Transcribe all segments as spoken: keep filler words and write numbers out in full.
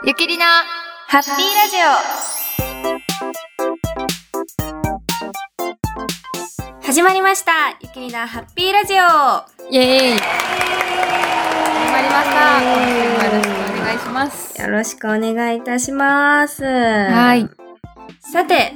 ゆきりなハッピーラジオ始まりました。ゆきりなハッピーラジオイエーイ。始まりました。今週もよろしくお願いします。 よろしくお願いいたします。 はい。 さて、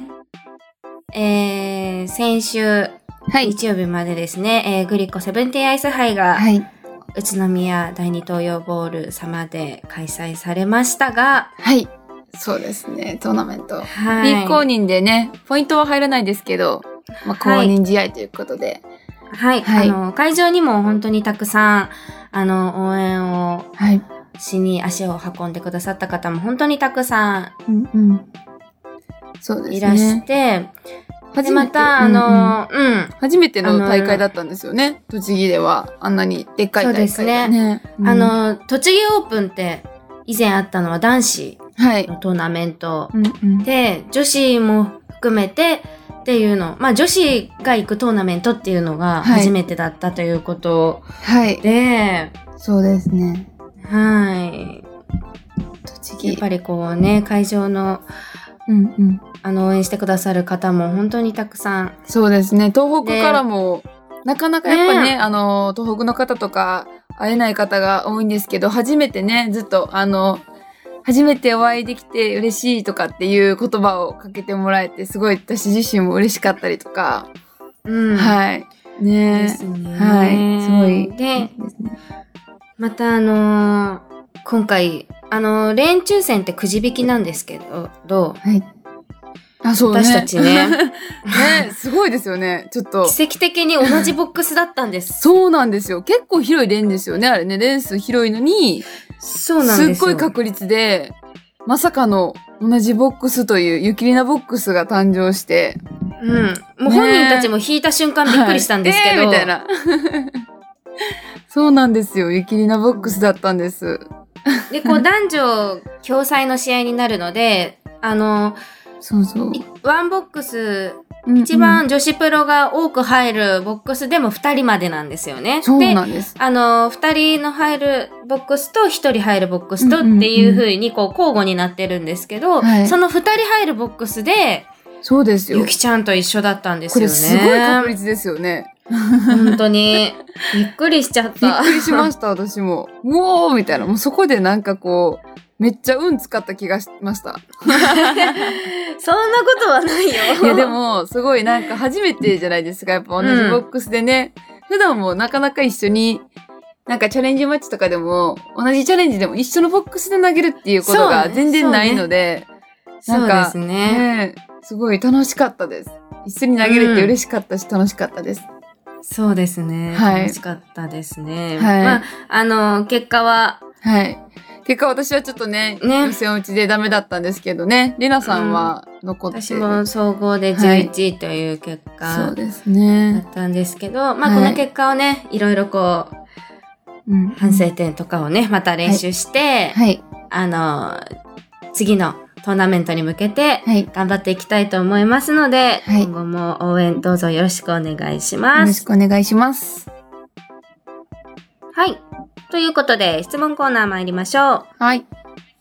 えー、先週、はい、日曜日までですね、えー、グリコセブンティーンアイス杯が、はい、宇都宮第二東洋ボール様で開催されましたが、 はい。そうですね、トーナメント。はい。非公認でね、ポイントは入らないですけど、まあ、公認試合ということで。 はい。はい、あの、会場にも本当にたくさん、あの、応援をしに足を運んでくださった方も本当にたくさん、うんうん、そうですね。いらして、 初めて、 また、あの、うん、うん、 初めての大会だったんですよね。栃木では、あんなにでっかい大会、ね。そうですね。 うん、あの、栃木オープンって以前あったのは男子のトーナメント、はいうんうん、で、女子も含めてっていうの、まあ女子が行くトーナメントっていうのが初めてだったということで、 はい、そうですね。 はい。栃木。やっぱりこうね、会場の、うんうん、あの応援してくださる方も本当にたくさん。 そうですね。東北からもなかなかやっぱね、ねあの東北の方とか会えない方が多いんですけど、初めてねずっとあの初めてお会いできて嬉しいとかっていう言葉をかけてもらえて、すごい私自身も嬉しかったりとか、うん、はいねですね。 はいすごいで、ですね、またあのー、今回あの、連抽選ってくじ引きなんですけど、はい。 あ、そうね。 私たちね。 ね、すごいですよね。ちょっと。 奇跡的に同じボックスだったんです。 そうなんですよ。結構広い連ですよね。あれね、連数広いのに、 そうなんですよ。 すっごい確率で、まさかの同じボックスというゆきりなボックスが誕生して。 うん。もう本人たちも引いた瞬間びっくりしたんですけど。 はい、えー、みたいな。そうなんですよ。ゆきりなボックスだったんです。 で、こう男女共催の試合になるので、あの、 そうそう。 ワンボックス、うんうん、一番女子プロが多く入るボックスでもふたりまでなんですよね。 そうなんです。 で、あの、ふたりの入るボックスとひとり入るボックスとっていう風にこう交互になってるんですけど、はい、そのふたり入るボックスで、 そうですよ。 ゆきちゃんと一緒だったんですよね。 これすごい確率ですよね。 本当に。びっくりしちゃった。 びっくりしました、私も。うおーみたいな。もうそこでなんかこう、めっちゃ運使った気がしました。 そんなことはないよ。 いやでも、すごいなんか初めてじゃないですか。やっぱ同じボックスでね。うん、普段もなかなか一緒に、なんかチャレンジマッチとかでも、同じチャレンジでも一緒のボックスで投げるっていうことが全然ないので、 そうね、なんか、そうですね。 ね、すごい楽しかったです。一緒に投げれて嬉しかったし、楽しかったです。 そうですね。はい。楽しかったですね。はい。まあ、あの、結果は。 はい。結果私はちょっとね、ね予選落ちでダメだったんですけどね。りなさんは残って、うん、 私も総合でじゅういちいという結果、はい、 そうですね。 だったんですけど、まあ、この結果をね、いろいろこう、うん、反省点とかをね、また練習して、はいはい、あの、次のトーナメントに向けて頑張っていきたいと思いますので、はい、今後も応援どうぞよろしくお願いします。 よろしくお願いします。 はい。ということで、質問コーナー参りましょう。 はい。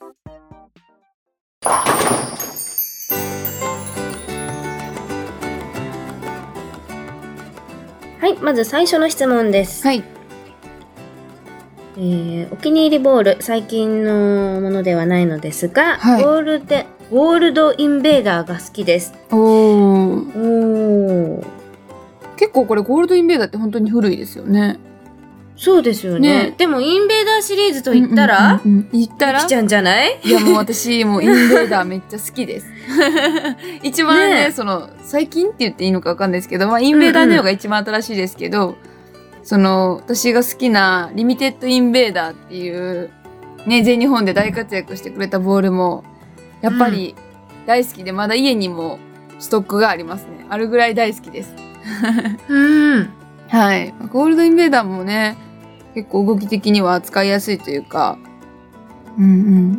はい。まず最初の質問です。 はい。 えー、お気に入りボール、最近のものではないのですが、はい、ゴールデゴールドインベーダーが好きです。 おー。おー。結構これゴールドインベーダーって本当に古いですよね。 そうですよね。ね、でもインベーダーシリーズと言ったら、 うんうんうん、言ったらゆきちゃんじゃない？ いやもう私もうインベーダーめっちゃ好きです。一番ね、ねその最近って言っていいのかわかんないですけど、まあインベーダーネオが一番新しいですけど、うんうん、その私が好きなリミテッドインベーダーっていうね全日本で大活躍してくれたボールもやっぱり大好きで、まだ家にもストックがありますね。あるぐらい大好きです。 うん、 はい。ゴールドインベーダーもね。結構動き的には使いやすいというか、 うんうん、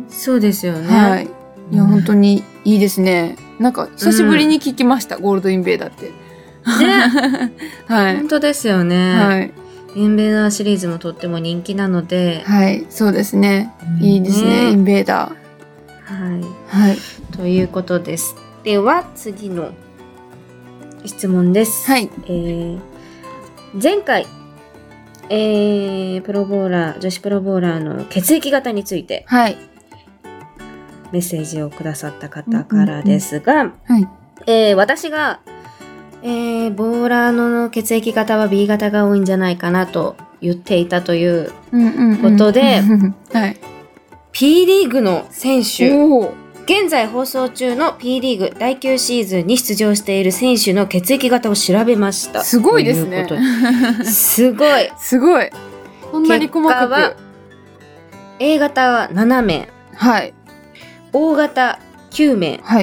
そうですよね。 はい。いや、うん、本当にいいですね。なんか久しぶりに聞きました、うん、ゴールドインベーダーって。 ね、はい。本当ですよね。 はい。 インベーダーシリーズもとっても人気なので、 はい、そうですね。いいですね、ねインベーダー。 はい、ということです。では次の質問です。 はい。 えー、前回、えー、プロボーラー女子プロボーラーの血液型について、 はい、 メッセージをくださった方からですが、 うんうんうん、はい、 えー、私が、えー、ボーラーの血液型は B 型が多いんじゃないかなと言っていたということで、 うんうんうんはい、 P リーグの選手、現在放送中の P リーグだいきゅうシーズンに出場している選手の血液型を調べました。 すごいですね。 すごい。 すごい。こんなに細かく。 結果は A 型はななめい。 はい。 O 型きゅうめい。 はい。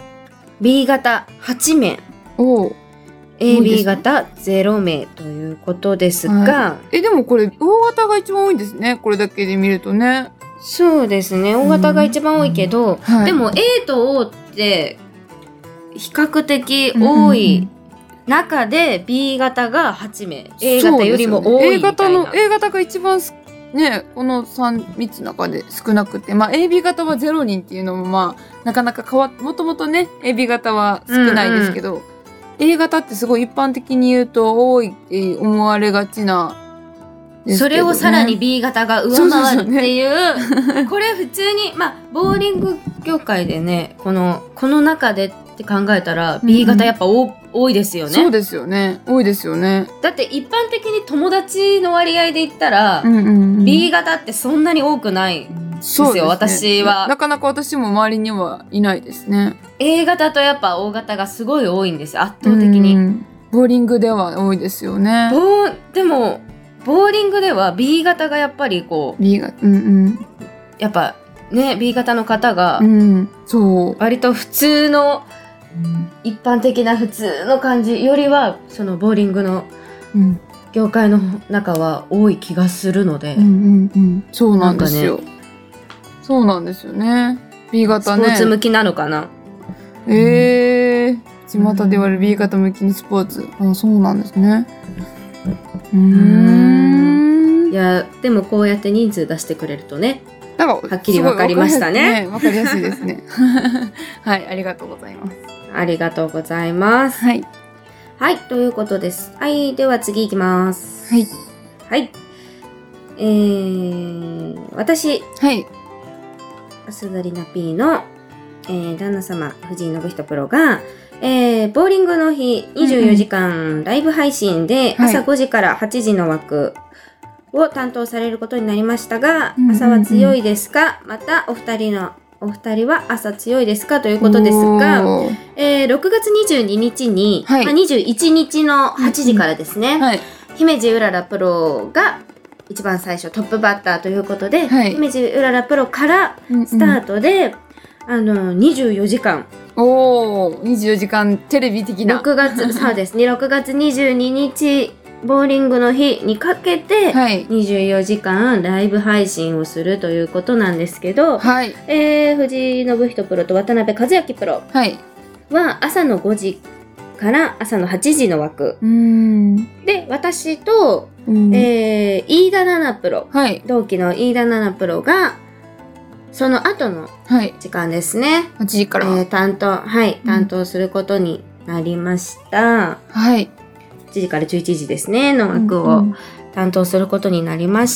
B 型はちめい。 おー。 エービー 型ゼロめいということですが、 はい、えでもこれ O 型が一番多いんですね。これだけで見るとね。 そうですね。O 型が一番多いけど、うんはい、でも A と O って比較的多い中で B 型がはちめい、A 型よりも多いみたいな。 ね、A 型の A 型が一番ねこのさんみっつの中で少なくて、まあ エービー 型はゼロにんっていうのもまあなかなか変わっもともとね エービー 型は少ないですけど、うんうん、A 型ってすごい一般的に言うと多いって思われがちな。 ね、それをさらに B 型が上回るっていう、そうそうそうね、これ普通に、まあ、ボーリング業界でね、この、この中でって考えたら B 型やっぱお、うん、多いですよね。 そうですよね。多いですよね。 だって一般的に友達の割合で言ったら、 うんうんうん、 B 型ってそんなに多くないですよ、すね、私は。 なかなか私も周りにはいないですね。 A 型とやっぱ O 型がすごい多いんですよ、圧倒的に。うん、 ボーリングでは多いですよね。 ボーでも、ボーリングでは B 型がやっぱりこう、 B 型、うんうん、 やっぱね B 型の方が、 うん、そう割と普通の、うん、一般的な普通の感じよりはそのボーリングの業界の中は多い気がするので、 うんうんうん、そうなんですよ、ね、そうなんですよね。 B 型ねスポーツ向きなのかな。 えー、巷で言われる B 型向きにスポーツ、あ、そうなんですね。うーん、 いやでもこうやって人数出してくれるとね、 なんかはっきり分かりましたね。 わかりやすいですね。はい、ありがとうございます。 ありがとうございます。 はい、 はい、ということです。はい、では次いきます。 はい、 はい、えー、私、 はい、 スザリナ P の、えー、旦那様藤井信人プロがえー、ボーリングの日にじゅうよじかんライブ配信で朝ごじからはちじの枠を担当されることになりましたが、うんうんうん、朝は強いですか、またお二人のお二人は朝強いですかということですが、えー、ろくがつにじゅうににちに、はい、まあ、にじゅういちにちのはちじからですね、うんうん、はい、姫路うららプロが一番最初トップバッターということで、はい、姫路うららプロからスタートで、うんうん、あのにじゅうよじかん、 おー、にじゅうよじかんテレビ的な。 ろくがつ、そうですね、ろくがつにじゅうににち、ボーリングの日にかけて、にじゅうよじかんライブ配信をするということなんですけど、 はい、 えー、藤井信人プロと渡辺和明プロは朝のごじから朝のはちじの枠。 うーんで、私と、えー、飯田奈々プロ、はい、同期の飯田奈々プロが、その後の時間ですね。はい、 はちじから、 えー、担当、はい、担当することになりました。 はい。 はちじからじゅういちじですね、の枠を担当することになりました。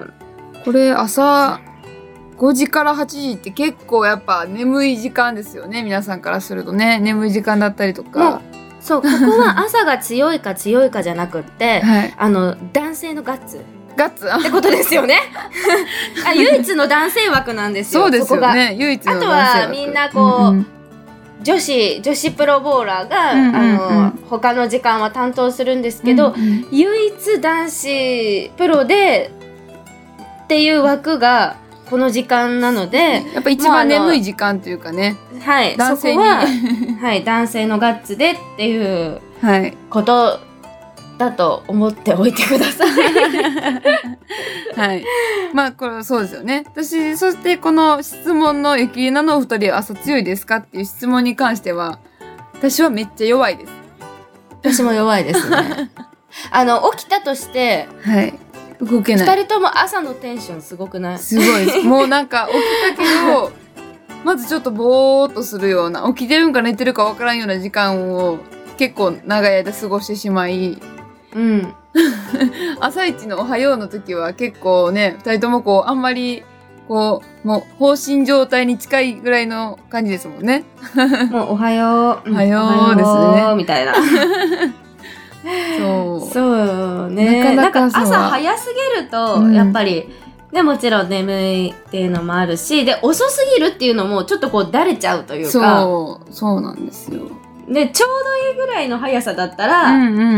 うんうん、これ朝ごじからはちじって結構やっぱ眠い時間ですよね。皆さんからするとね、眠い時間だったりとか。 そう、ここは朝が強いか強いかじゃなくって、はい、あの、男性のガッツ。 ガッツってことですよね。あ、唯一の男性枠なんですよ。 そうですよね。唯一の男性枠。 あとはみんなこう、うんうん、女子女子プロボーラーが、うんうんうん、あの他の時間は担当するんですけど、うんうん、唯一男子プロでっていう枠がこの時間なので、 やっぱ一番眠い時間というかね。 はい。男性にそこははい男性のガッツでっていうこと。はい、だと思っておいてください。 はい。まあこれそうですよね。私そしてこの質問のゆきりなのお二人は朝強いですかっていう質問に関しては私はめっちゃ弱いです。 私も弱いですね。あの起きたとして、 はい、動けない。 二人とも朝のテンションすごくない？ すごいです。もうなんか起きたけどまずちょっとぼーっとするような、起きてるんか寝てるかわからんような時間を結構長い間過ごしてしまい、 うん。 朝一のおはようの時は結構ね、二人ともこう、あんまり、こう、もう放心状態に近いぐらいの感じですもんね。 もうおはよう。 おはようですね。 おはようみたいな。 そう。 そうね。 なかなかなんか朝早すぎると、うん、やっぱり、でもちろん眠いっていうのもあるし、で、遅すぎるっていうのもちょっとこうだれちゃうというか。 そう、そうなんですよ。 で、ちょうどいいぐらいの速さだったら、 うんうんうん。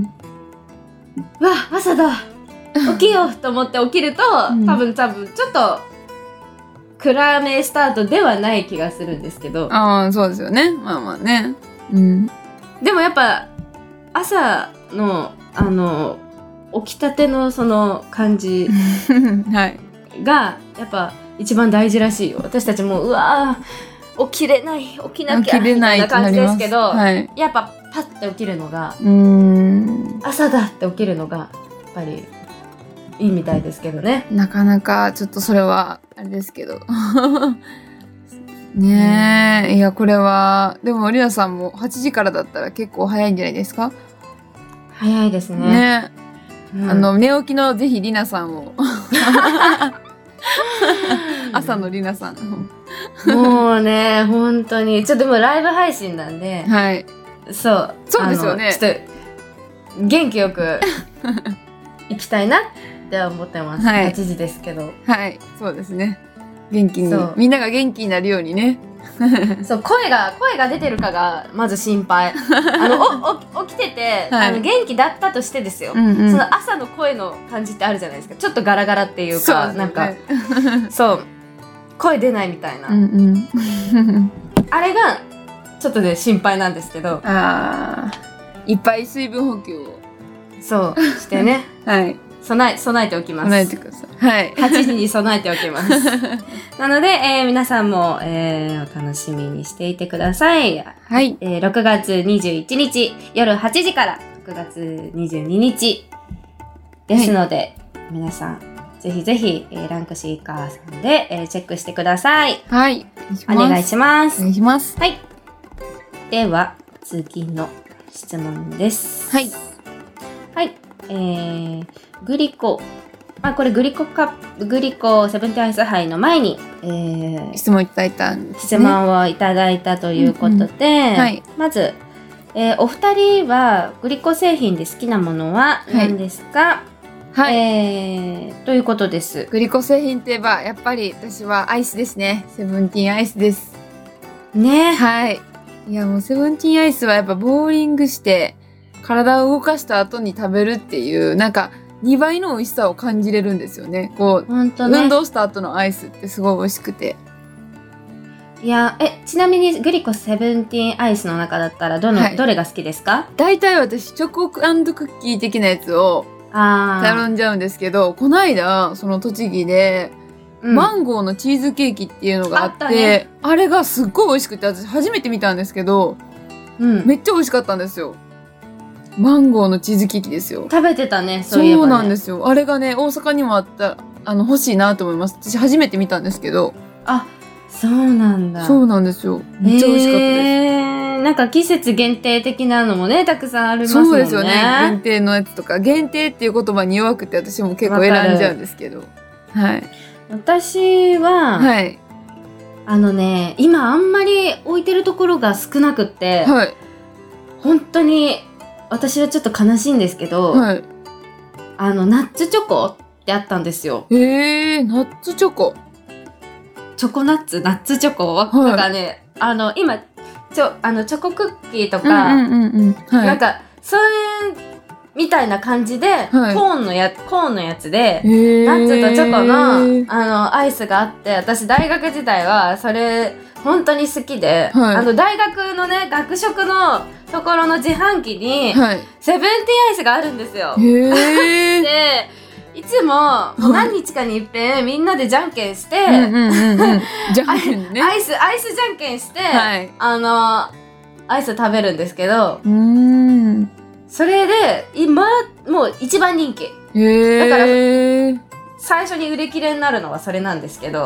わ、朝だ起きようと思って起きると、うん、多分多分ちょっと暗めスタートではない気がするんですけど。 ああ、そうですよね。まあまあね。うん。 でもやっぱ、朝の、あの、起きたてのその感じがやっぱ一番大事らしいよ。私たちもうわー起きれない起きなきゃみたいな感じですけど、はい、やっぱパッて起きるのが、うーん、朝だって起きるのがやっぱりいいみたいですけどね。 なかなかちょっとそれはあれですけどねえ、うん、いやこれはでもりなさんもはちじからだったら結構早いんじゃないですか？ 早いですね。 ね、うん、あの寝起きのぜひりなさんを朝のりなさんもうね本当にちょっとでもライブ配信なんで、 はい、 そうそうですよね。 ちょっと元気よく行きたいなって思ってます、はい、はちじですけど、 はいそうですね、元気にみんなが元気になるようにねそう声が声が出てるかがまず心配あのおお起きてて、はい、あの元気だったとしてですよ、うんうん、その朝の声の感じってあるじゃないですか。ちょっとガラガラっていうか、そうですね、なんかそう声出ないみたいな、うんうん、あれがちょっとね心配なんですけど、 あいっぱい水分補給をそうしてねはい備え、備えておきます。 備えてください。はい。 はちじに備えておきます。なので、えー、皆さんも、えー、お楽しみにしていてください。はい。えー、ろくがつにじゅういちにち夜はちじからろくがつにじゅうににちですので、はい、皆さん、ぜひぜひ、えー、ランクシーカーさんで、えー、チェックしてください。 はい。 お願いします。 お願いします。 はい。では、次の質問です。 はい。 はい。えー、グリコ、まあ、これグリコカップ、グリコセブンティーンアイス杯の前に、えー、 質問いただいたんですね。 質問をいただいたということで、うんうんはい、まず、えー、お二人はグリコ製品で好きなものは何ですか？はい、えー、ということです。 グリコ製品といえばやっぱり私はアイスですね。セブンティーンアイスです。 ね。 はい。いやもうセブンティーンアイスはやっぱボーリングして体を動かした後に食べるっていうなんかにばいの美味しさを感じれるんですよね。こう、本当ね、運動した後のアイスってすごい美味しくて。 いやえちなみにグリコセブンティーンアイスの中だったらどの、はい、どれが好きですか？ 大体私チョコ&クッキー的なやつを頼んじゃうんですけど、この間その栃木で、うん、マンゴーのチーズケーキっていうのがあって あ,、ね、あれがすっごい美味しくて私初めて見たんですけど、うん、めっちゃ美味しかったんですよ。マンゴーのチーズケーキですよ。 食べてたね。そういえばね。 そうなんですよ。あれがね大阪にもあったあの欲しいなと思います。私初めて見たんですけど。 あ、そうなんだ。 そうなんですよ。めっちゃ美味しかったです。 えー、なんか季節限定的なのもねたくさんありますもんね。 そうですよね。限定のやつとか限定っていう言葉に弱くて私も結構選んじゃうんですけど。はい。 私は、はい、あのね今あんまり置いてるところが少なくって、はい、本当に。私はちょっと悲しいんですけど、はい、あのナッツチョコってあったんですよ。 へえー、ナッツチョコ。 チョコナッツナッツチョコ、はい、なんかねあの今ちょあのチョコクッキーとか、うんうんうんうんはい、なんかそういうみたいな感じで、はい、コーンのやコーンのやつでナッツとチョコのあのアイスがあって、私大学時代はそれ本当に好きで、はい、あの大学のね学食のところの自販機に、はい、セブンティーンアイスがあるんですよ。へでいつももう何日かに一遍みんなでじゃんけんして、うんうんうんうん、じゃんけんねアイスアイスじゃんけんして、はい、あのアイス食べるんですけど、うーんそれで今もう一番人気。へだから最初に売り切れになるのはそれなんですけど。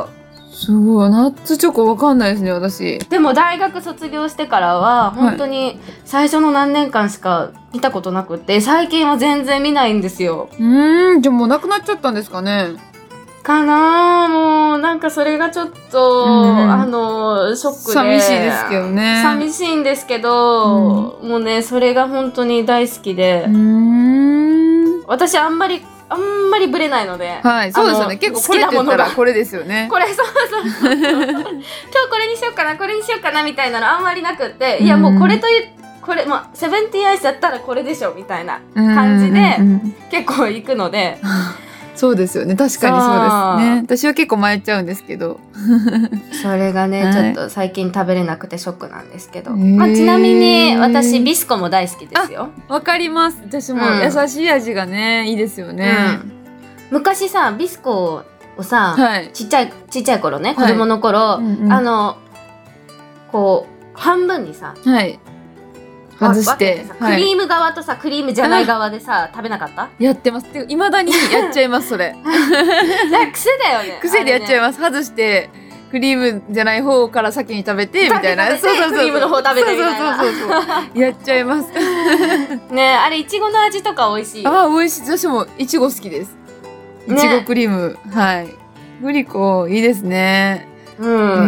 すごい。ナッツチョコわかんないですね、私。 でも大学卒業してからは本当に最初の何年間しか見たことなくて、最近は全然見ないんですよ。 うーん、じゃあもうなくなっちゃったんですかね。 かなー。もうなんかそれがちょっと、うん、あのショックで寂しいですけどね。 寂しいんですけど、うん、もうねそれが本当に大好きで、 うーん、 私あんまりあんまりブレないので、 はい、そうですよね。結構これって言ったらこれですよね。 これそうそうそう今日これにしようかなこれにしようかなみたいなのあんまりなくって、いやもうこれというこれ、まあ、セブンティーンアイスだったらこれでしょみたいな感じで結構行くので、 そうですよね。確かにそうですね。私は結構迷っちゃうんですけどそれがね、はい、ちょっと最近食べれなくてショックなんですけど、まあ、ちなみに私ビスコも大好きですよ。 わかります。私も優しい味がね、うん、いいですよね、うん、 昔さビスコをさ、はい、ちっちゃいちっちゃい頃ね、子供の頃、はいうんうん、あのこう半分にさ、はい外してクリーム側とさ、はい、クリームじゃない側でさ食べなかった？ やってます。いまだにやっちゃいますそれ癖だよね。 癖でやっちゃいます、ね、外してクリームじゃない方から先に食べてみたいな、 そうそうそう、クリームの方食べてみたいな、 そうそうそうそうやっちゃいますね。あれいちごの味とか美味しい。 あ、美味しい。私もいちご好きです。いちごクリーム、ね、はい。グリコいいですね。 うん、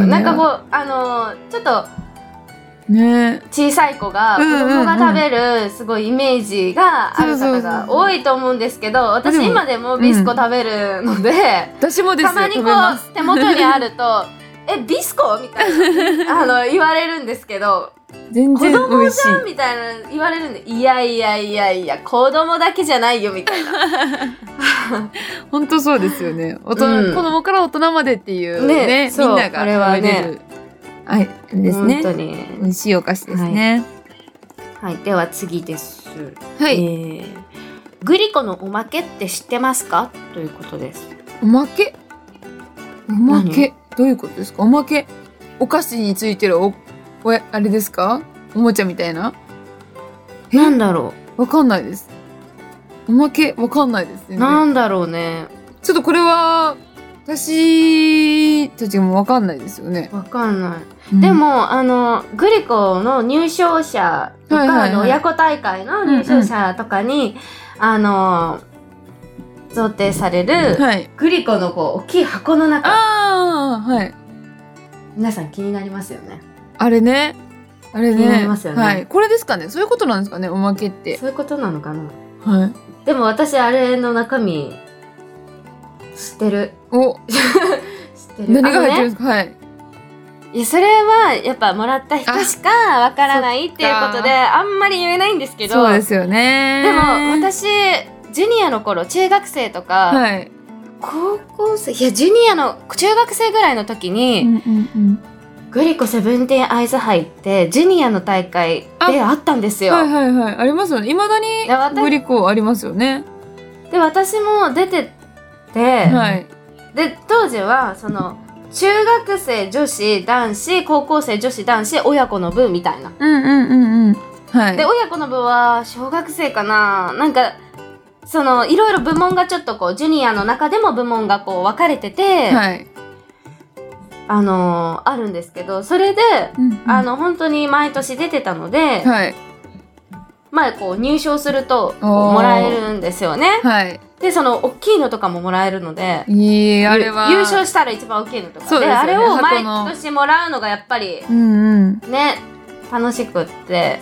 なんかこうあのー、ちょっとね、小さい子が子供が食べるすごいイメージがある方が多いと思うんですけど、私今でもビスコ食べるので、うん、 私もですよ。 たまにこう手元にあるとえビスコみたいなあの言われるんですけど、 全然美味しい子供じゃんみたいな言われるんで、いやいやいやいや子供だけじゃないよみたいな本当そうですよね。大人、うん、子供から大人までっていうね、ねみんなが食べれる、はい、ですね。本当に美味しいお菓子ですね。 はい、はい、では次です。はい、えー、グリコのおまけって知ってますかということです。 おまけ？おまけどういうことですか？おまけ、お菓子についてるお、おあれですか？おもちゃみたいな？ なんだろう？わかんないです。おまけわかんないですね。 なんだろうね。 ちょっとこれは私たちもわかんないですよね。 わかんない。うん、でもあのグリコの入賞者とか、はいはいはい、あの親子大会の入賞者とかに、うんうん、あの贈呈される、はい、グリコのこう大きい箱の中、 あ、はい、 皆さん気になりますよね。 あれね、あれね、 気になりますよね。 はい、これですかね。そういうことなんですかね、おまけって。 そういうことなのかな。 はい。 でも私あれの中身知ってる。 お知ってる。何が入ってるんですか？はい。 いやそれはやっぱもらった人しかわからないっていうことであんまり言えないんですけど。 そうですよね。 でも私ジュニアの頃中学生とか、はい、高校生、いやジュニアの中学生ぐらいの時に、うんうんうん、グリコセブンティーンアイズ杯ってジュニアの大会であったんですよ。 はいはいはい、ありますよね。未だにグリコありますよね。 で私も出てて、はい、で当時はその中学生女子男子高校生女子男子親子の部みたいな、 うんうんうんうん、はい、 で親子の部は小学生かな、なんかそのいろいろ部門がちょっとこうジュニアの中でも部門がこう分かれてて、はい、あのー、あるんですけど、それで、うんうん、あの本当に毎年出てたので、はい、まあこう入賞するともらえるんですよね。はい、でその大きいのとかももらえるので、 いいあれは優勝したら一番大きいのとか で, で、ね、あれを毎年もらうのがやっぱり、うんうん、ね楽しくって、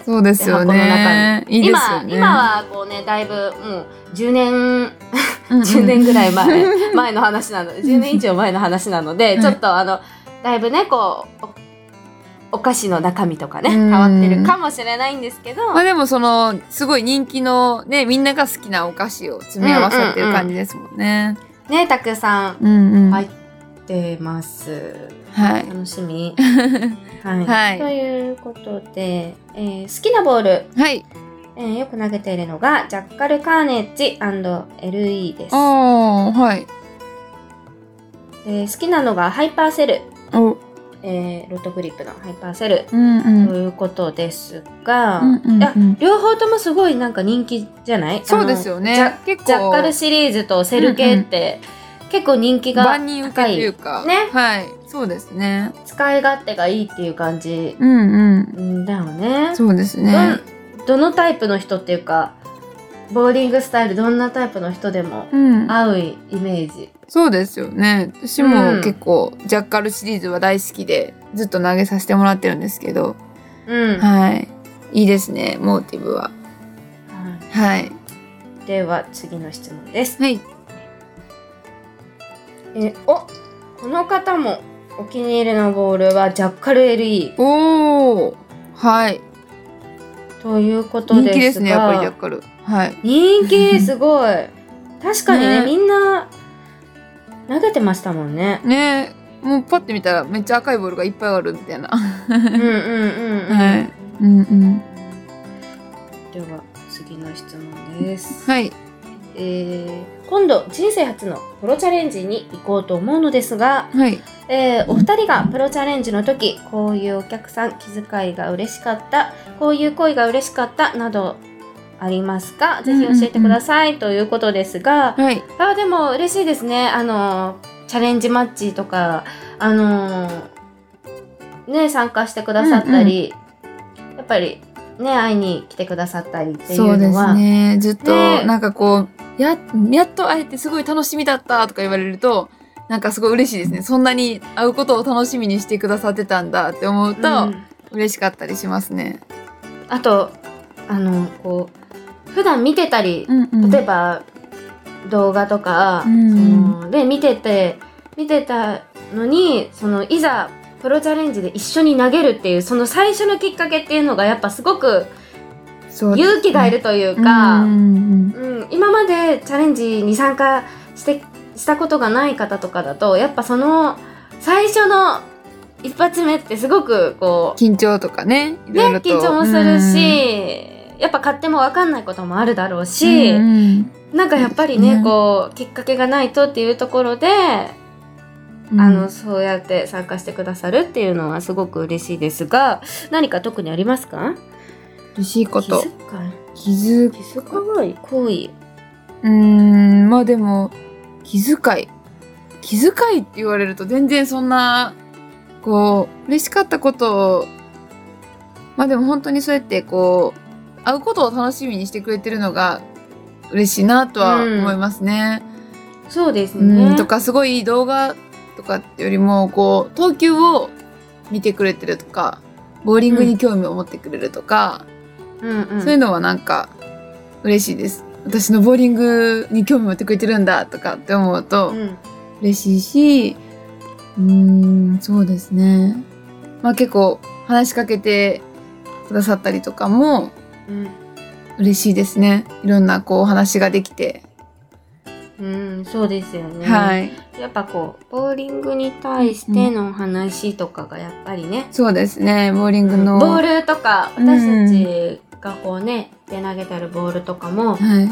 そうですよね、箱の中にいいですよね。 今, 今はこうねだいぶもうじゅうねんじゅうねんぐらい前前の話なのでじゅうねん以上前の話なので、ちょっとあのだいぶねこうお菓子の中身とかね変わってるかもしれないんですけど、 まあでもそのすごい人気のねみんなが好きなお菓子を詰め合わさってる感じですもんね。 うんうんうん、ねたくさん入ってます。うんうん、はい、楽しみ。はい、はい、ということで、えー、好きなボール、はい、えー、よく投げているのがジャッカルカーネッジ &エルイー です。 あ、はい、 で好きなのがハイパーセル。おえー、ロットグリップのハイパーセル、うんうん、ということですが、うんうんうん、いや両方ともすごいなんか人気じゃない？ そうですよね。 ジャ, 結構ジャッカルシリーズとセル系って結構人気が高い。 万人受けというか。ね。はい。そうですね。 使い勝手がいいっていう感じ。 うんうん。 だよね。 そうですね。 ど、どのタイプの人っていうか、ボーリングスタイルどんなタイプの人でも合うイメージ。 うん、そうですよね。私も結構、ジャッカルシリーズは大好きで、ずっと投げさせてもらってるんですけど。うん。はい。いいですね、モーティブは。はい。はい、 では、次の質問です。 はい。 え、お、この方もお気に入りのボールはジャッカル エルイー。 おー。はい。 ということですが。 人気ですね、やっぱりジャッカル。はい。 人気すごい。確かにね、ね、みんな投げてましたもんね。 ねえ、もうパッて見たらめっちゃ赤いボールがいっぱいあるみたいな。 うんうんうんうん。 はい。うんうん。 では次の質問です。 はい。 えー、今度人生初のプロチャレンジに行こうと思うのですが、 はい、 えー、お二人がプロチャレンジの時、こういうお客さん気遣いが嬉しかった、こういう恋が嬉しかったなどありますか？ぜひ教えてください、うんうんうん、ということですが、 はい、 あでも嬉しいですね。あのチャレンジマッチとかあのね参加してくださったり、うんうん、やっぱりね会いに来てくださったりっていうのは、そうですね。ずっと、ね、なんかこうややっと会えてすごい楽しみだったとか言われるとなんかすごい嬉しいですね。そんなに会うことを楽しみにしてくださってたんだって思うと、うん、嬉しかったりしますね。 あとあのこう普段見てたり、うんうん、例えば動画とか、うん、そので見てて見てたのにそのいざプロチャレンジで一緒に投げるっていうその最初のきっかけっていうのがやっぱすごく勇気がいるというか、うんうん、今までチャレンジに参加してしたことがない方とかだとやっぱその最初の一発目ってすごくこう緊張とかね、 いろいろとね緊張もするし、やっぱ勝手も分かんないこともあるだろうし、うんなんかやっぱりね、ねこうきっかけがないとっていうところで、うん、あのそうやって参加してくださるっていうのはすごく嬉しいですが、何か特にありますか？ 嬉しいこと。 気遣い。気遣い。行為。 うーん、まあでも、気遣い。気遣いって言われると全然そんな、こう、嬉しかったことを、まあでも本当にそうやってこう、会うことを楽しみにしてくれてるのが嬉しいなとは思いますね。 うん、そうですね。 うん、とかすごい動画とかってよりも、こう、投球を見てくれてるとか、ボーリングに興味を持ってくれるとか、うんうん、そういうのはなんか嬉しいです。私のボーリングに興味持ってくれてるんだとかって思うと嬉しいし、うーんそうですね。まあ結構話しかけてくださったりとかも嬉しいですね。いろんなこう話ができて。 うん、そうですよね。 はい。 やっぱこうボーリングに対しての話とかがやっぱりね。 うん、そうですね。ボーリングの、 うん、ボールとか私たちがこうねで投げてあるボールとかも、はい、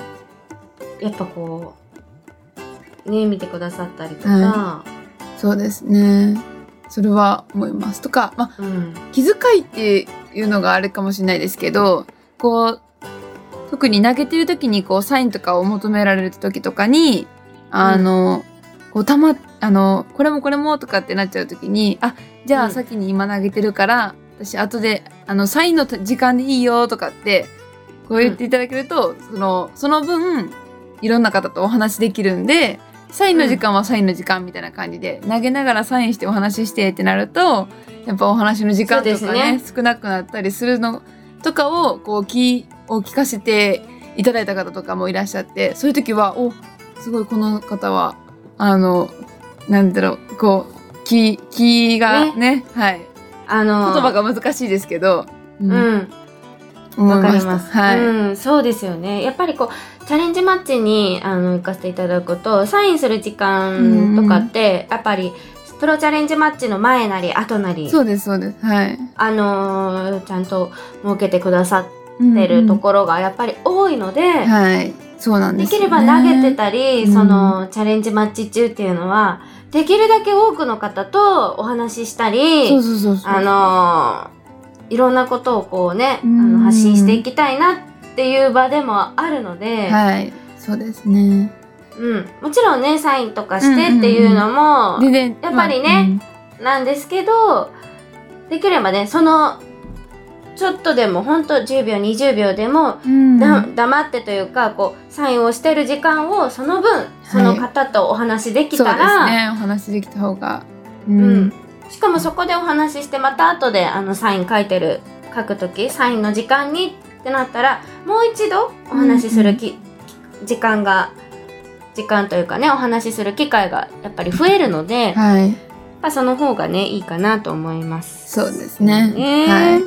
やっぱこうね見てくださったりとか、はい、そうですね。それは思いますとか、まあ、うん、気遣いっていうのがあれかもしれないですけど、こう特に投げてる時にこうサインとかを求められる時とかにあの、うん、こうたまあのこれもこれもとかってなっちゃう時に、あじゃあ先に今投げてるから、うん、私後であのサインの時間でいいよとかってこう言っていただけると、うん、そのその分いろんな方とお話できるんで、サインの時間はサインの時間みたいな感じで、うん、投げながらサインしてお話ししてってなるとやっぱお話の時間とかね、ね少なくなったりするのとかをこう聞を聞かせていただいた方とかもいらっしゃって、そういう時はおすごいこの方はあのなんだろうこう気気が ね, ねはいあのー、言葉が難しいですけど、 うん、うんわかります、はいうん、そうですよね。やっぱりこうチャレンジマッチにあの行かせていただくとサインする時間とかって、うん、やっぱりプロチャレンジマッチの前なり後なりそうですそうですはいあのー、ちゃんと設けてくださってるところがやっぱり多いので、うんうん、 はいそうなんですね、できれば投げてたり、うん、そのチャレンジマッチ中っていうのはできるだけ多くの方とお話ししたりそうそうそうそうあのーいろんなことをこうね、あの発信していきたいなっていう場でもあるので、 はい、そうですね。 うん、もちろんねサインとかしてっていうのも、うんうんうん、やっぱりね、まあ、なんですけどできればねそのちょっとでもほんとじゅうびょうにじゅうびょうでも、うん、だ黙ってというかこうサインをしてる時間をその分その方とお話できたら、はい、 そうですねお話できた方が、 うんうん、しかもそこでお話ししてまた後であのサイン書いてる書くときサインの時間にってなったらもう一度お話しするき、うんうん、時間が時間というかねお話しする機会がやっぱり増えるので、はい、やっぱその方がねいいかなと思います。 そうですね、 ねはい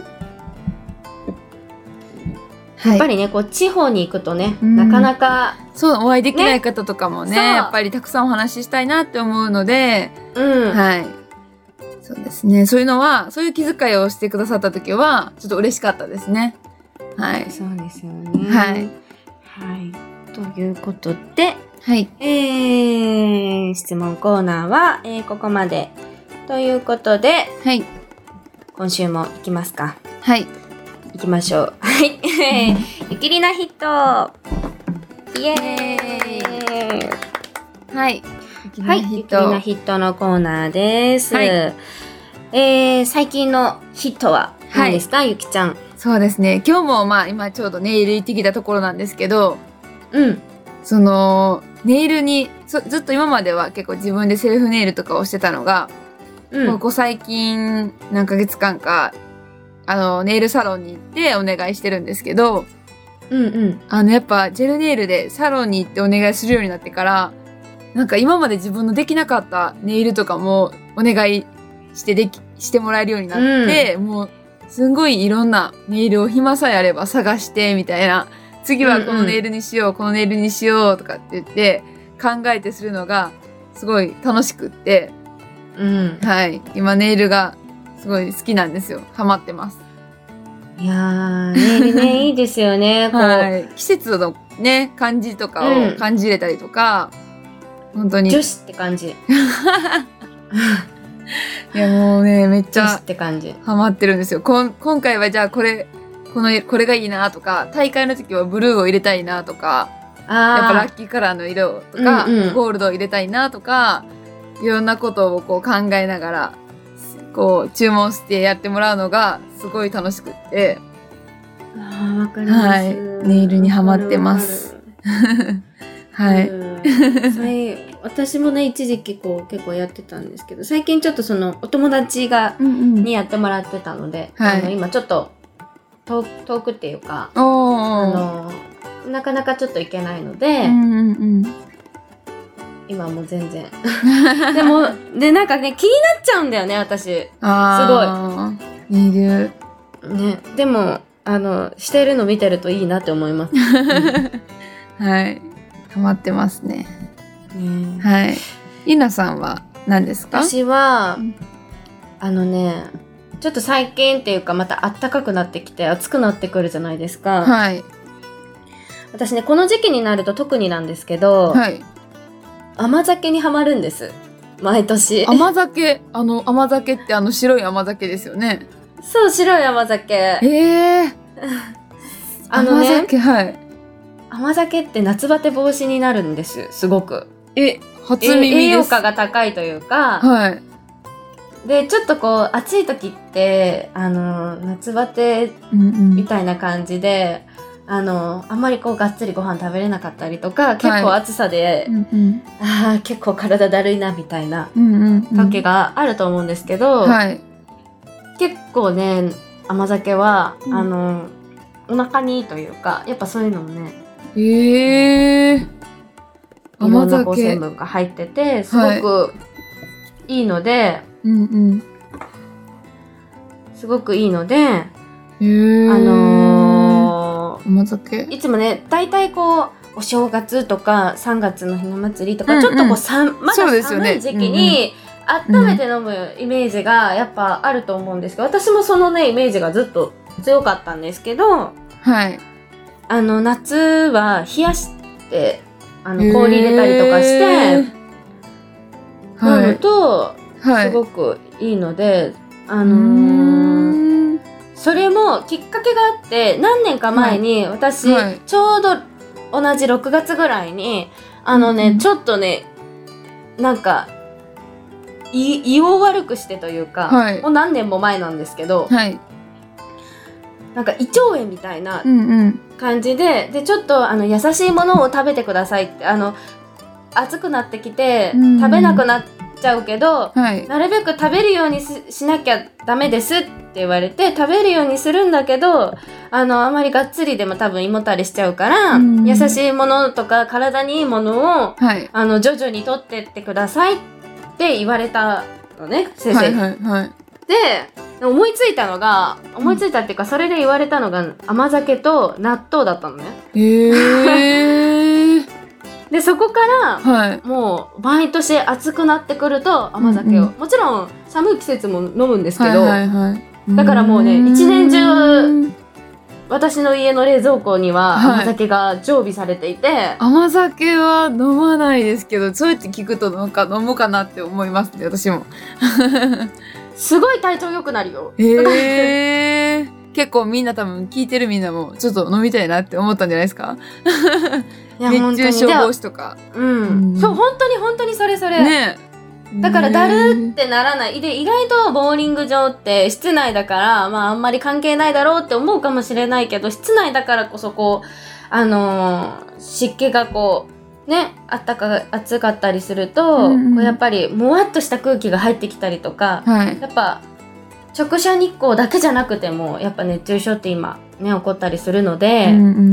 やっぱりねこう地方に行くとね、うん、なかなかそうお会いできない方とかも ね, ねやっぱりたくさんお話ししたいなって思うので、うんはいそうですねそういうのはそういう気遣いをしてくださった時はちょっと嬉しかったですね。はいそうですよねはい、 はい、ということで、 はいえー、質問コーナーは、えー、ここまでということで、 はい、 今週も行きますか。 はい行きましょう。はい。ゆきりなヒットイエーイはい。ゆきりなヒットのコーナーです。はい、えー、最近のヒットは何ですか、はい、ゆきちゃん。 そうですね。今日もまあ今ちょうどネイル行ってきたところなんですけど、 うん。 その、ネイルに、そずっと今までは結構自分でセルフネイルとかをしてたのが、うん、ここ最近何ヶ月間か、あの、ネイルサロンに行ってお願いしてるんですけど、 うんうん。 あの、やっぱ、ジェルネイルでサロンに行ってお願いするようになってから、なんか今まで自分のできなかったネイルとかもお願いしてでき、してもらえるようになって、うん、もう、すんごいいろんなネイルを暇さえあれば探して、みたいな、次はこのネイルにしよう、うんうん、このネイルにしようとかって言って、考えてするのが、すごい楽しくって、 うん。 はい。今ネイルが、すごい好きなんですよ。ハマってます。 いやー、ネイルね、いいですよね。こうはい。季節のね、感じとかを感じれたりとか、うん、本当に。 女子って感じ。 いや、もうね、めっちゃ、 女子って感じ。 ハマってるんですよ。こん今回はじゃあこれ、この、これがいいなとか、大会の時はブルーを入れたいなとか、 あやっぱラッキーカラーの色とか、うんうん、ゴールドを入れたいなとか、いろんなことをこう考えながら、こう注文してやってもらうのがすごい楽しくって、 ああわかります、はい、 ネイルにハマってますはい、 私もね一時期こう結構やってたんですけど、最近ちょっとそのお友達が、うんうん、にやってもらってたので、はい、あの今ちょっと遠遠くっていうか、あのなかなかちょっと行けないので、 うんうんうん今もう全然でもでなんかね気になっちゃうんだよね私。 あすごいネイルね。でもあのしてるの見てるといいなって思います、 うん、はいハマってますね、ねはいりなさんは何ですか？ 私は、うん、あのねちょっと最近っていうかまた暖かくなってきて暑くなってくるじゃないですか。 はい私ねこの時期になると特になんですけど、 はい甘酒にハマるんです毎年。 甘酒あの甘酒ってあの白い甘酒ですよね。 そう白い甘酒。 えー、 あのね甘酒はい甘酒って夏バテ防止になるんですすごく。 え初耳です。 栄養価が高いというか、 はいでちょっとこう暑い時ってあの夏バテみたいな感じで、うんうん、あのあんまりこうがっつりご飯食べれなかったりとか、結構暑さで、はいうんうん、あ結構体だるいなみたいな時があると思うんですけど、 はい、 結構ね甘酒は、うん、あのお腹にいいというかやっぱそういうのもねへーいろんなこう成分が入っててすごくいいので、はいうんうん、 すごくいいので、あのー、 甘酒いつもねだいたいこうお正月とかさんがつのひな祭りとか、うんうん、ちょっとこうさまだ寒い時期に、うんうん、温めて飲むイメージがやっぱあると思うんですけど、私もそのねイメージがずっと強かったんですけど、 はい、 あの夏は冷やしてあの氷入れたりとかして飲むと、はい、すごくいいので、あのー、それもきっかけがあって何年か前に私、はいはい、ちょうど同じろくがつぐらいにあのね、 うん、 ちょっとねなんか胃, 胃を悪くしてというか、はい、もう何年も前なんですけど、はい、なんか胃腸炎みたいな感じで、うんうん、でちょっとあの優しいものを食べてくださいって、あの暑くなってきて、うん、食べなくなっちゃうけど、はい、なるべく食べるように し, しなきゃダメですって言われて食べるようにするんだけど、あのあまりがっつりでも多分胃もたれしちゃうから、うん、優しいものとか体にいいものを、はい、あの徐々にとってってくださいって言われたのね、先生に、はいはいはい、で思いついたのが思いついたっていうか、それで言われたのが甘酒と納豆だったのね。へーでそこから、はい、もう毎年暑くなってくると甘酒を、うんうん、もちろん寒い季節も飲むんですけど、はいはいはい、だからもうね一年中私の家の冷蔵庫には甘酒が常備されていて、はい、 甘酒は飲まないですけど、そうやって聞くとなんか飲もうかなって思いますね、私もすごい体調良くなるよ。 へー結構みんな多分聞いてるみんなもちょっと飲みたいなって思ったんじゃないですかいや熱中症防止とか、 うん、うん、そう本当に本当にそれそれ、ね、だからだるってならないで、意外とボーリング場って室内だから、まああんまり関係ないだろうって思うかもしれないけど、室内だからこそこうあのー、湿気がこうねあったか暑かったりすると、うん、こうやっぱりもわっとした空気が入ってきたりとか、はい、やっぱ直射日光だけじゃなくてもやっぱ熱中症って今ね起こったりするので、うんうんうん、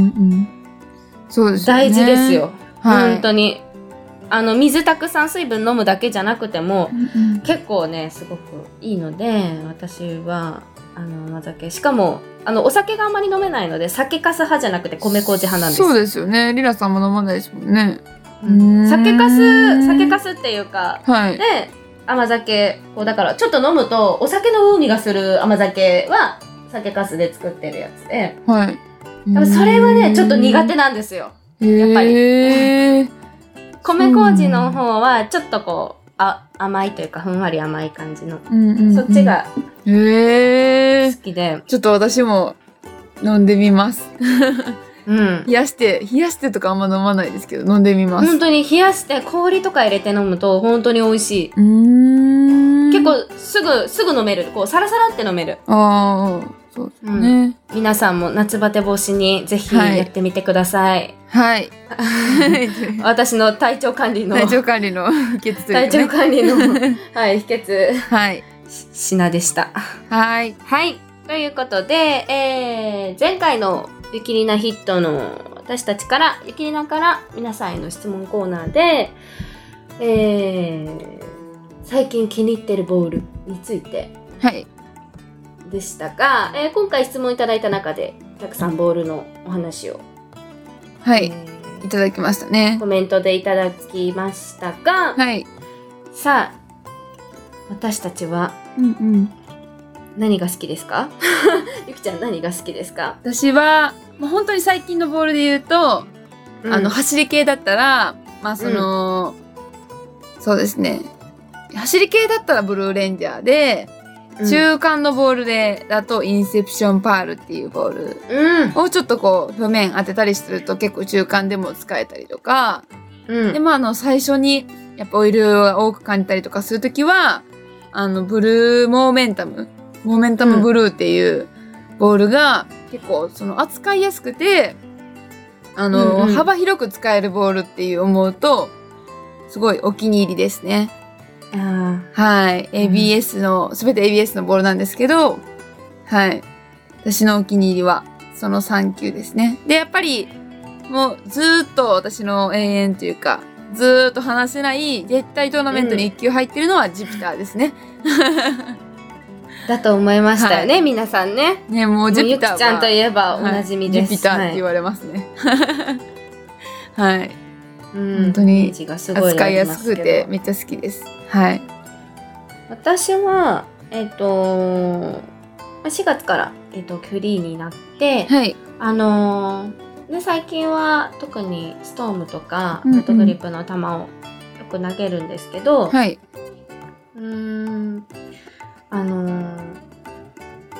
そうですよね、 大事ですよ、はい、本当にあの水たくさん水分飲むだけじゃなくても、うんうん、結構ねすごくいいので、私はあの甘酒、しかもあのお酒があんまり飲めないので酒粕派じゃなくて米麹派なんです。 そうですよね、リラさんも飲まないですもんね、 うん、酒粕酒粕っていうか、はい、で甘酒こうだからちょっと飲むとお酒の風味がする甘酒は酒粕で作ってるやつで、はい、多分それはねちょっと苦手なんですよ、やっぱり米麹の方はちょっとこうあ甘いというかふんわり甘い感じの、うんうんうん、そっちが好きで、 ちょっと私も飲んでみますうん、冷やして冷やしてとかあんま飲まないですけど飲んでみます。 本当に冷やして氷とか入れて飲むと本当に美味しい。うーん、結構すぐすぐ飲める、こうサラサラって飲める。ああ、そうですね、うん、皆さんも夏バテ防止にぜひやってみてください。はい、はい、私の体調管理の体調管理の秘訣というか、 ね、体調管理のはい秘訣、はい、品でした。はいはいということで、えー、前回のゆきりなヒットの私たちからゆきりなから皆さんへの質問コーナーで、えー、最近気に入ってるボールについてでしたが、はい、えー、今回質問いただいた中でたくさんボールのお話をはい、えー、いただきましたね。 コメントでいただきましたが、はい、さあ私たちは、うんうん、何が好きですかゆきちゃん何が好きですか？ 私はもう本当に最近のボールで言うと、うん、あの走り系だったらまあその、うん、そうですね、走り系だったらブルーレンジャーで、うん、中間のボールでだとインセプションパールっていうボールをちょっとこう表面当てたりすると結構中間でも使えたりとか、うん、でまああの最初にやっぱオイルが多く感じたりとかするときはあのブルーモーメンタムモーメンタムブルーっていうボールが結構その扱いやすくてあの、うんうん、幅広く使えるボールっていう思うとすごいお気に入りですね。あはい、エービーエス の、すべて エービーエス のボールなんですけど、はい、私のお気に入りはそのさん球ですね。でやっぱりもうずーっと私の永遠というかずーっと離せない絶対トーナメントにいっ球入ってるのはジピターですね。うんだと思いましたよね、はい、皆さんね。 ね、もうジピターはゆきちゃんといえばおなじみです。 はい、ジピターって言われますね。はい。うん、本当に扱いやすくてめっちゃ好きです。はい。 私はえっとしがつからえっとフリーになって、はい、あのー、ね最近は特にストームとかフットグリップの球をよく投げるんですけど、はい。うーん。あのー、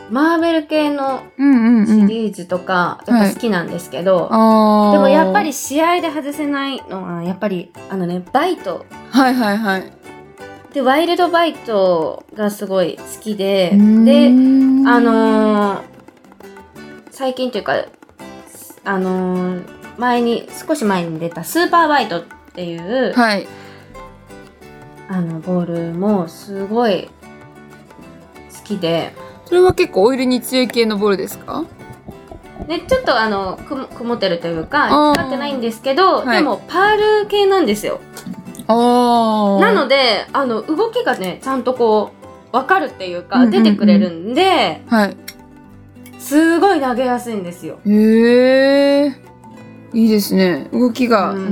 マーベル系のシリーズとかやっぱ好きなんですけど、 はい、 でもやっぱり試合で外せないのはやっぱりあのねバイト、 はいはいはい、 でワイルドバイトがすごい好きで、であのー、最近というかあのー、前に少し前に出たスーパーバイトっていう、 はい、 あのボールもすごい好きで。 それは結構オイルに強い系のボールですか？ ね、ちょっとあの曇ってるというか光ってないんですけど、はい、でもパール系なんですよ。 あなのであの動きがねちゃんとこう分かるっていうか、うんうんうん、出てくれるんで、 はい、 すごい投げやすいんですよ。 へえ、いいですね、動きが、うんうんうん、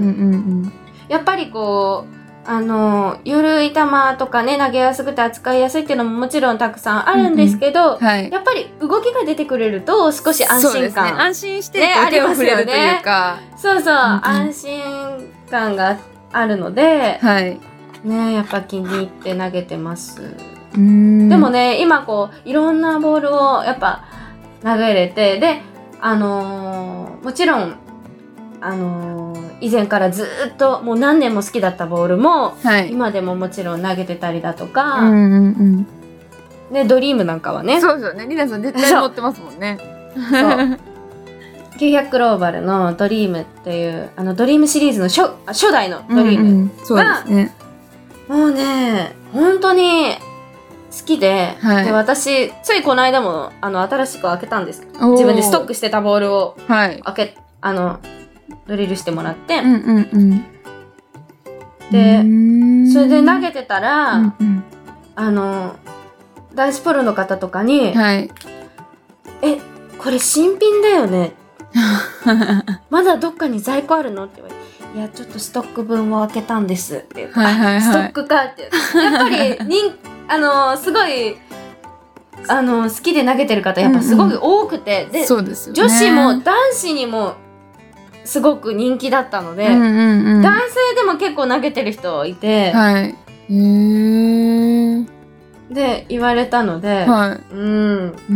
やっぱりこうあの緩い球とかね投げやすくて扱いやすいっていうのももちろんたくさんあるんですけど、うんうん、はい、やっぱり動きが出てくれると少し安心感、 そうですね、安心して手を触れるというか、 ね、そうそう、うんうん、安心感があるので、 はい、 ね、やっぱ気に入って投げてます。うーん、でもね今こういろんなボールをやっぱ投げれて、であのー、もちろんあのー、以前からずっともう何年も好きだったボールも、はい、今でももちろん投げてたりだとか、うんうんうん、ね、ドリームなんかはね、 そうですよね、リナさん絶対持ってますもんね。 そうきゅうひゃくグローバルのドリームっていうあのドリームシリーズの 初, 初代のドリームが、うんうん、 そうですね、 もうね本当に好きで、はい、で私ついこの間もあの新しく開けたんです。自分でストックしてたボールを開け、はい、あのドリルしてもらって、うんうんうん、でそれで投げてたら、うんうん、あの男子プロの方とかに、はい、えこれ新品だよねまだどっかに在庫あるのって言われて、いやちょっとストック分を開けたんですって言って、はいはいはい、ストックかってやっぱり人あのすごいあの好きで投げてる方やっぱすごく多くて、うんうん、で、そうですよね、女子も男子にもすごく人気だったので、うんうんうん、男性でも結構投げてる人いて、はい、へーで言われたので、はい、うんうんうん、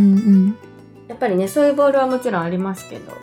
やっぱりねそういうボールはもちろんありますけど、 うん、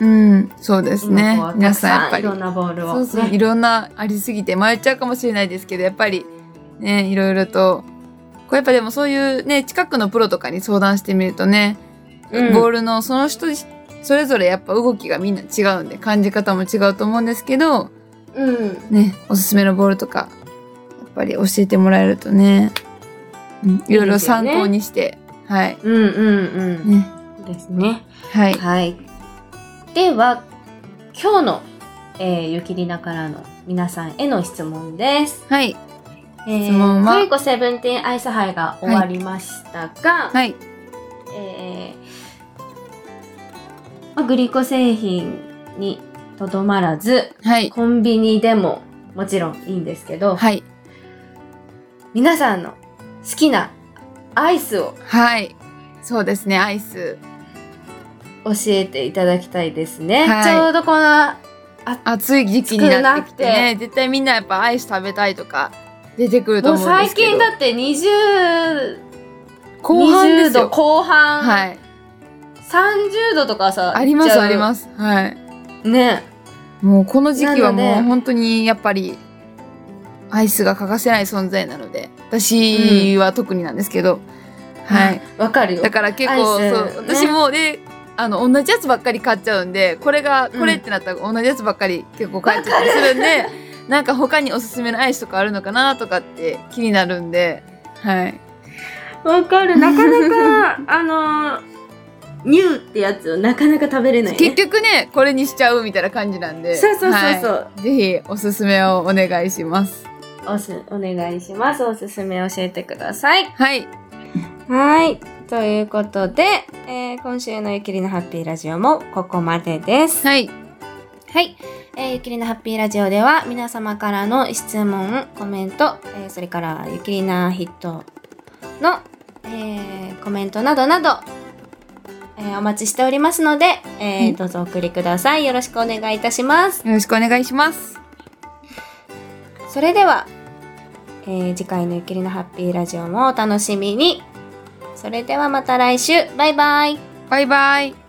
そうですね、皆さんやっぱりいろんなボールを、 そうそう、ね、いろんなありすぎて迷っちゃうかもしれないですけど、やっぱりねいろいろとこうやっぱでもそういうね近くのプロとかに相談してみるとね、うん、ボールのその人それぞれやっぱ動きがみんな違うんで感じ方も違うと思うんですけど、うんね、おすすめのボールとかやっぱり教えてもらえるとね、うん、いろいろ参考にして、ね、はい、うんうんうんねですね、はい、はい、では今日の、えー、ゆきりなからの皆さんへの質問です。 はい、 えー、質問はクリコセブンティーンアイス杯が終わりましたが、はいはい、えーグリコ製品にとどまらず、はい、コンビニでももちろんいいんですけど、はい、皆さんの好きなアイスを、 はい、そうですね、アイス教えていただきたいですね、はい、ちょうどこの暑い時期になってきてね、絶対みんなやっぱアイス食べたいとか出てくると思うんですけど、 もう最近だってにじゅう後半ですよ、にじゅうど後半、 はい、 さんじゅうどとかさありますあります、はいね、 もうこの時期はもう本当にやっぱりアイスが欠かせない存在なので、私は特になんですけど、うん、はいわかるよ。 だから結構そう、ね、私もであの同じやつばっかり買っちゃうんで、これがこれってなったら同じやつばっかり結構買っちゃったりするんで、うん、なんか他におすすめのアイスとかあるのかなとかって気になるんで、はいわかる。なかなかあのーニューってやつをなかなか食べれない、ね、 結局ねこれにしちゃうみたいな感じなんで、 そうそうそうそう、 はい、ぜひおすすめをお願いします。 おすお願いします。おすすめ教えてください。 はいはいということで、えー、今週のゆきりのハッピーラジオもここまでです。 はいはい、えー、ゆきりのハッピーラジオでは皆様からの質問コメント、えー、それからゆきりなヒットの、えー、コメントなどなどえー、お待ちしておりますので、えー、どうぞお送りください。よろしくお願いいたします。 よろしくお願いします。 それでは、えー、次回のゆきりのハッピーラジオもお楽しみに。 それではまた来週。バイバイ。 バイバイ。